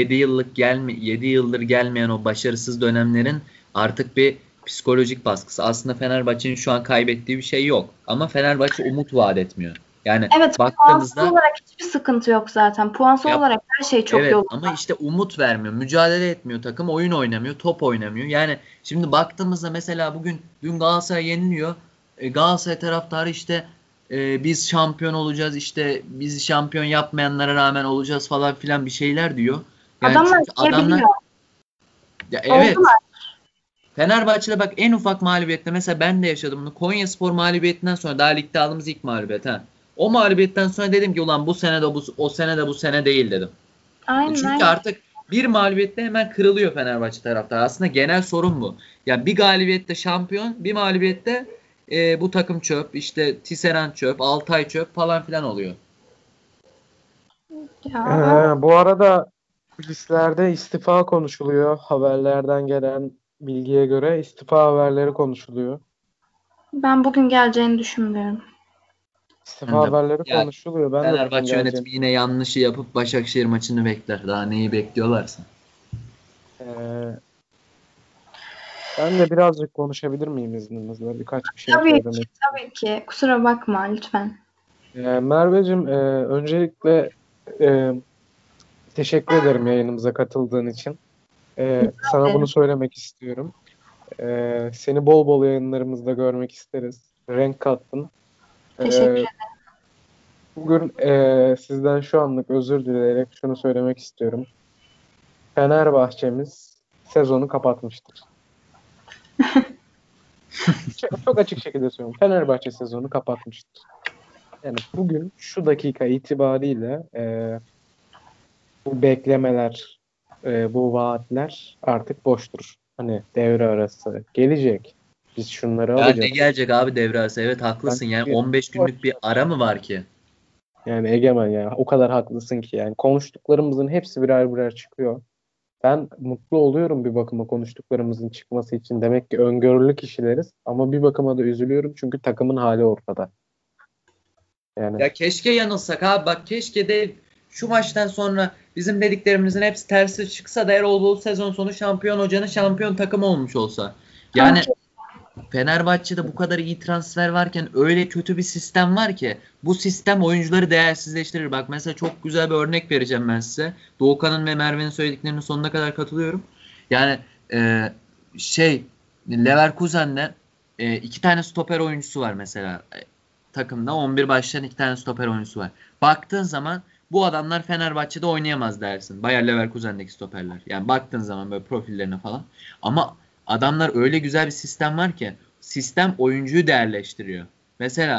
7 yıldır gelmeyen o başarısız dönemlerin artık bir psikolojik baskısı. Aslında Fenerbahçe'nin şu an kaybettiği bir şey yok. Ama Fenerbahçe umut vaat etmiyor. Yani Evet, puansal baktığımızda olarak hiçbir sıkıntı yok zaten. Puansal ya olarak her şey çok evet, yolunda. ama işte umut vermiyor. Mücadele etmiyor takım. Oyun oynamıyor. Top oynamıyor. Yani şimdi baktığımızda mesela dün Galatasaray yeniliyor. Galatasaray taraftarı işte biz şampiyon olacağız, işte bizi şampiyon yapmayanlara rağmen olacağız falan filan bir şeyler diyor. Yani Adamlar çünkü adamlar, yiyebiliyor. ya evet, Oldular. Fenerbahçe'de bak en ufak mağlubiyette, mesela ben de yaşadım bunu. Konyaspor mağlubiyetinden sonra, daha ligde aldığımız ilk mağlubiyet ha. O mağlubiyetten sonra dedim ki ulan bu sene de o sene de bu sene değil dedim. Aynen Çünkü aynen. artık bir mağlubiyette hemen kırılıyor Fenerbahçe taraftarı. Aslında genel sorun bu. Ya bir galibiyette şampiyon, bir mağlubiyette bu takım çöp, işte Tisserand çöp, Altay çöp falan filan oluyor. Ya öyle. Bu arada kulislerde istifa konuşuluyor. Haberlerden gelen bilgiye göre istifa haberleri konuşuluyor. Ben bugün geleceğini düşünmüyorum. İstifa Ben de, haberleri ya konuşuluyor. Ben de bugün Fenerbahçe geleceğim. yönetimi yine yanlışı yapıp Başakşehir maçını bekler. Daha neyi bekliyorlarsa. Ee, Ben de birazcık konuşabilir miyim izninizle? Birkaç bir şey Tabii ki, söylemek istiyorum. tabii ki. Kusura bakma lütfen. Merveciğim, öncelikle e, teşekkür ederim yayınımıza katıldığın için. Sana bunu söylemek istiyorum. Seni bol bol yayınlarımızda görmek isteriz. Renk kattın. Teşekkür Ee, ederim. Bugün sizden şu anlık özür dileyerek şunu söylemek istiyorum. Fenerbahçemiz sezonu kapatmıştır. Çok açık şekilde söylüyorum. Fenerbahçe sezonu kapatmıştır. Yani bugün şu dakika itibariyle bu beklemeler, bu vaatler artık boştur. Hani devre arası gelecek. Biz şunları Ya ne alacağız. gelecek abi devre arası? Evet Ben haklısın. Yani bir 15 günlük bir başlar. ara mı var ki? Yani Egemen ya o kadar haklısın ki yani konuştuklarımızın hepsi birer birer çıkıyor. Ben mutlu oluyorum bir bakıma konuştuklarımızın çıkması için. Demek ki öngörülü kişileriz ama bir bakıma da üzülüyorum çünkü takımın hali ortada. Yani Ya keşke yanılsak abi, bak keşke de şu maçtan sonra bizim dediklerimizin hepsi tersi çıksa da Erol sezon sonu şampiyon hocanın şampiyon takımı olmuş olsa. Yani Okey. Fenerbahçe'de bu kadar iyi transfer varken öyle kötü bir sistem var ki bu sistem oyuncuları değersizleştirir. Bak mesela çok güzel bir örnek vereceğim ben size. Doğukan'ın ve Merve'nin söylediklerinin sonuna kadar katılıyorum. Yani e, şey, Leverkusen'de iki tane stoper oyuncusu var mesela. Takımda 11 başlayan iki tane stoper oyuncusu var. Baktığın zaman bu adamlar Fenerbahçe'de oynayamaz dersin. Bayer Leverkusen'deki stoperler. Yani baktığın zaman böyle profillerine falan. Ama adamlar öyle güzel bir sistem var ki sistem oyuncuyu değerleştiriyor. Mesela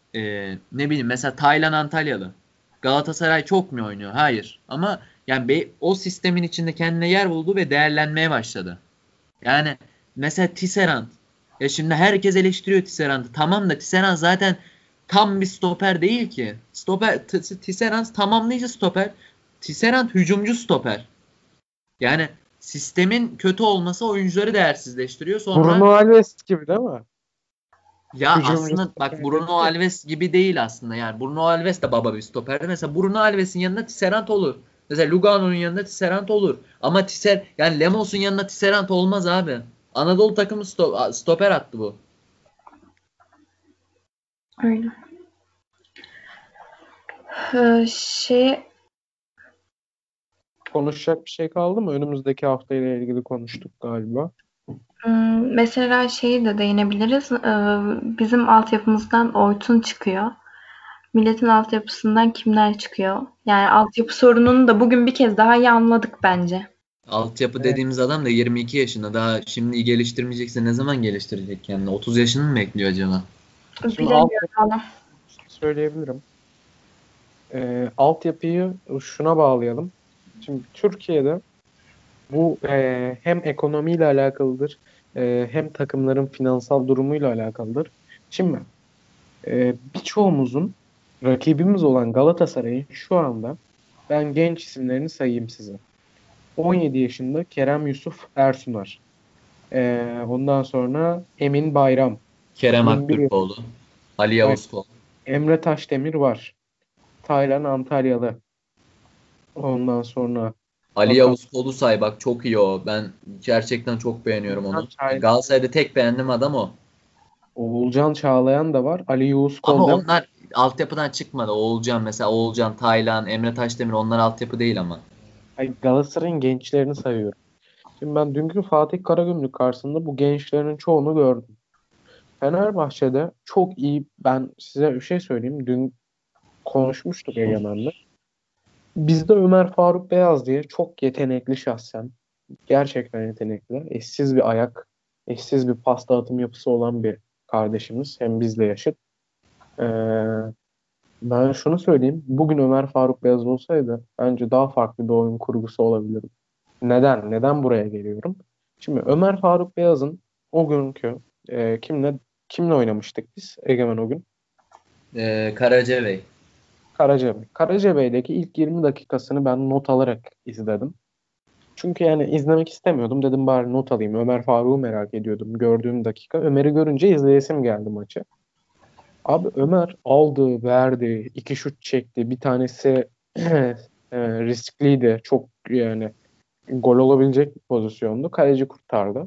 ne bileyim mesela Taylan Antalyalı. Galatasaray çok mu oynuyor? Hayır. Ama yani o sistemin içinde kendine yer buldu ve değerlenmeye başladı. Yani mesela Tisserand. Ya şimdi herkes eleştiriyor Tisserand'ı. Tamam da Tisserand zaten tam bir stoper değil ki. Tisserand tamamlayıcı stoper. Tisserand hücumcu stoper. Yani sistemin kötü olması oyuncuları değersizleştiriyor. Sonra Bruno Alves gibi değil mi? ya Hücumcu aslında bak stoper Bruno dedi ki, Alves gibi değil aslında. Yani Bruno Alves de baba bir stoperdi. Mesela Bruno Alves'in yanında Tisserand olur. Mesela Lugano'nun yanında Tisserand olur. Ama yani Lemos'un yanında Tisserand olmaz abi. Anadolu takımı stoper attı bu. Öyle. Şey konuşacak bir şey kaldı mı? Önümüzdeki haftayla ilgili konuştuk galiba. Mesela şeyi de değinebiliriz. Bizim altyapımızdan Oytun çıkıyor. Milletin altyapısından kimler çıkıyor? Yani altyapı sorununu da bugün bir kez daha iyi anladık bence. Altyapı Evet. dediğimiz adam da 22 yaşında. Daha şimdi geliştirmeyecekse ne zaman geliştirecek kendini? 30 yaşını mı bekliyor acaba? Şimdi Bilemiyorum ama. söyleyebilirim. Altyapıyı şuna bağlayalım. Şimdi Türkiye'de bu hem ekonomiyle alakalıdır, hem takımların finansal durumuyla alakalıdır. Şimdi birçoğumuzun rakibimiz olan Galatasaray'ın şu anda ben genç isimlerini sayayım size. 17 yaşında Kerem Yusuf Ersunar. Ondan sonra Emin Bayram. Kerem 21 Aktürkoğlu, Ali yaşında Yavuz Kol. Emre Taşdemir var. Taylan Antalyalı. Ondan sonra Ali bakalım. Yavuz Kol'u say bak çok iyi o. Ben gerçekten çok beğeniyorum onu. Çay, Galatasaray'da tek beğendiğim adam o. Oğulcan Çağlayan da var. Ali Yavuz Ama Kol değil mi? onlar altyapıdan çıkmadı. Oğulcan mesela Oğulcan, Taylan, Emre Taşdemir onlar altyapı değil ama. Ay, Galatasaray'ın gençlerini sayıyorum. Şimdi ben dünkü Fatih Karagümrük karşısında bu gençlerin çoğunu gördüm. Fenerbahçe'de çok iyi, ben size bir şey söyleyeyim. Dün konuşmuştuk Egemen'le. Bizde Ömer Faruk Beyaz diye çok yetenekli şahsen. Gerçekten yetenekli. Eşsiz bir ayak, eşsiz bir pas dağıtım yapısı olan bir kardeşimiz. Hem bizle yaşıt. Ee, Ben şunu söyleyeyim. Bugün Ömer Faruk Beyaz olsaydı bence daha farklı bir oyun kurgusu olabilirdi. Neden? Neden buraya geliyorum? Şimdi Ömer Faruk Beyaz'ın o günkü kimle oynamıştık biz Egemen o gün? Karacabey. Karacabey. Karacabey'deki ilk 20 dakikasını ben not alarak izledim. Çünkü yani izlemek istemiyordum. Dedim bari not alayım. Ömer Faruk'u merak ediyordum gördüğüm dakika. Ömer'i görünce izleyesim geldi maçı. Abi Ömer aldı, verdi, iki şut çekti. Bir tanesi riskliydi. Çok yani gol olabilecek bir pozisyondu. Kaleci kurtardı.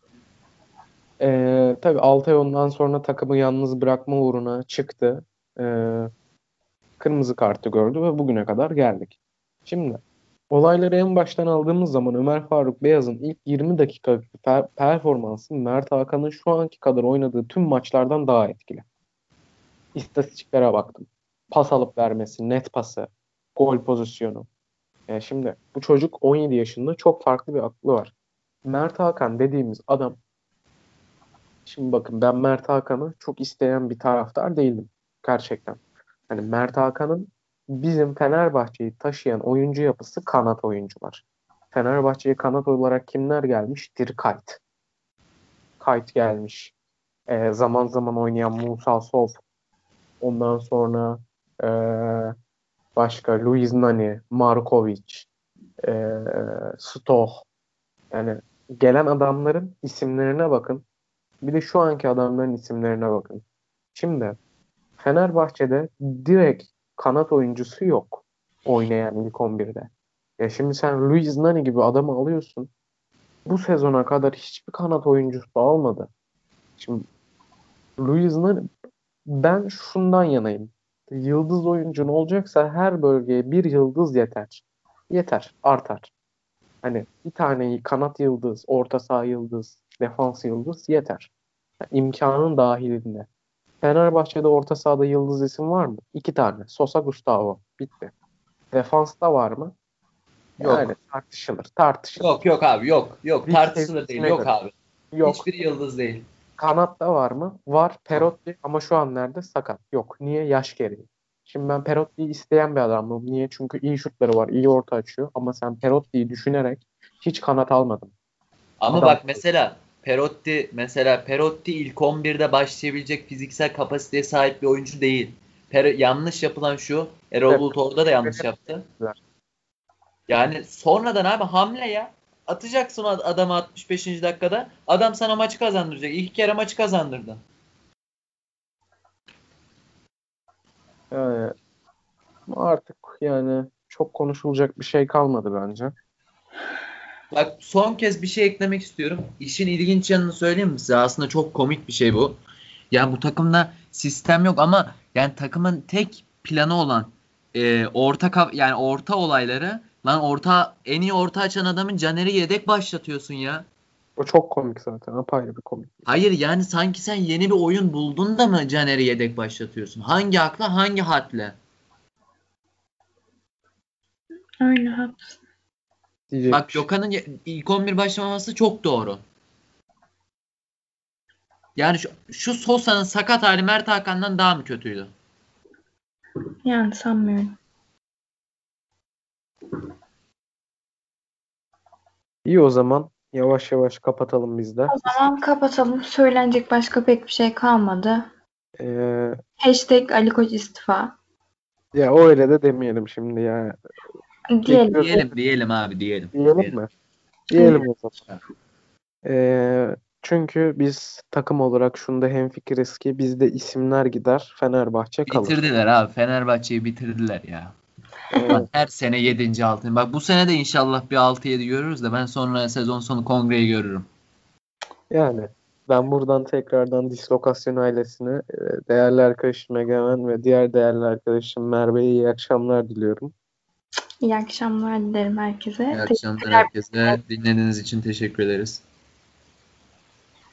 Tabii Altay ondan sonra takımı yalnız bırakma uğruna çıktı. Kırmızı kartı gördü ve bugüne kadar geldik. Şimdi olayları en baştan aldığımız zaman Ömer Faruk Beyaz'ın ilk 20 dakika performansı Mert Hakan'ın şu anki kadar oynadığı tüm maçlardan daha etkili. İstatistiklere baktım. Pas alıp vermesi, net pası, gol pozisyonu. Yani şimdi bu çocuk 17 yaşında, çok farklı bir aklı var. Mert Hakan dediğimiz adam, şimdi bakın ben Mert Hakan'ı çok isteyen bir taraftar değildim. Gerçekten. Hani Mert Hakan'ın bizim Fenerbahçe'yi taşıyan oyuncu yapısı kanat oyuncular. Fenerbahçe'ye kanat olarak kimler gelmiş? Kayt. Kayt gelmiş. Zaman zaman oynayan Musa Sow. Ondan sonra ee, başka Luiz Nani, Markovic, ee, Stoh. Yani gelen adamların isimlerine bakın. Bir de şu anki adamların isimlerine bakın. Şimdi Fenerbahçe'de direkt kanat oyuncusu yok oynayan ilk 11'de. Ya şimdi sen Luiz Nani gibi adamı alıyorsun. Bu sezona kadar hiçbir kanat oyuncusu almadı. Şimdi Luiz Nani, ben şundan yanayım. Yıldız oyuncun olacaksa her bölgeye bir yıldız yeter. Yeter, artar. Hani bir tane kanat yıldız, orta saha yıldız, defans yıldız yeter. Yani imkanın dahilinde. Fenerbahçe'de orta sahada yıldız isim var mı? İki tane. Sosa, Gustavo. Bitti. Defansta var mı? Yani Yok. tartışılır. Tartışılır. Yok yok abi yok. Yok Lig tartışılır değil. seviyesine Yok göre. abi. Yok. Hiçbir yıldız değil. Kanatta var mı? Var. Perotti ama şu an nerede? Sakat. Yok. Niye? Yaş gereği. Şimdi ben Perotti'yi isteyen bir adamım. Niye? Çünkü iyi şutları var. İyi orta açıyor. Ama sen Perotti'yi düşünerek hiç kanat almadın. Ama Adam bak mesela Perotti ilk 11'de başlayabilecek fiziksel kapasiteye sahip bir oyuncu değil. Yanlış yapılan şu. Erol Bulut orada da yanlış yaptı. Yani sonradan abi hamle ya. Atacaksın adamı 65. dakikada. Adam sana maçı kazandıracak. İlk kere maçı kazandırdı. yani artık yani çok konuşulacak bir şey kalmadı bence. Bak son kez bir şey eklemek istiyorum. İşin ilginç yanını söyleyeyim mi size? Aslında çok komik bir şey bu. Yani bu takımda sistem yok ama yani takımın tek planı olan yani orta olayları lan en iyi orta açan adamın Caner'i yedek başlatıyorsun ya. O çok komik zaten. Apayrı bir komik. Hayır yani sanki sen yeni bir oyun buldun da mı Caner'i yedek başlatıyorsun? Hangi akla hangi hadle? Öyle haklısın. Diyecek Bak bir şey. Gökhan'ın ilk 11 başlamaması çok doğru. Yani şu Sosa'nın sakat hali Mert Hakan'dan daha mı kötüydü? Yani sanmıyorum. İyi o zaman yavaş yavaş kapatalım biz de. O zaman kapatalım. Söylenecek başka pek bir şey kalmadı. Ee, Ali Koç istifa. Ya öyle de demeyelim şimdi ya. Diyelim. Diyelim abi diyelim. Diyelim mi? Diyelim o zaman. Çünkü biz takım olarak şunda hemfikiriz ki bizde isimler gider, Fenerbahçe kalır. Bitirdiler abi. Fenerbahçe'yi bitirdiler ya. Ee, Her sene 7. 6. Bak bu sene de inşallah bir 6-7 görürüz de ben sonra sezon sonu kongreyi görürüm. Yani ben buradan tekrardan Dislokasyon ailesine, değerli arkadaşım Egemen ve diğer değerli arkadaşım Merve'ye iyi akşamlar diliyorum. İyi akşamlar dilerim herkese. İyi akşamlar Teşekkürler. herkese. Dinlediğiniz için teşekkür ederiz.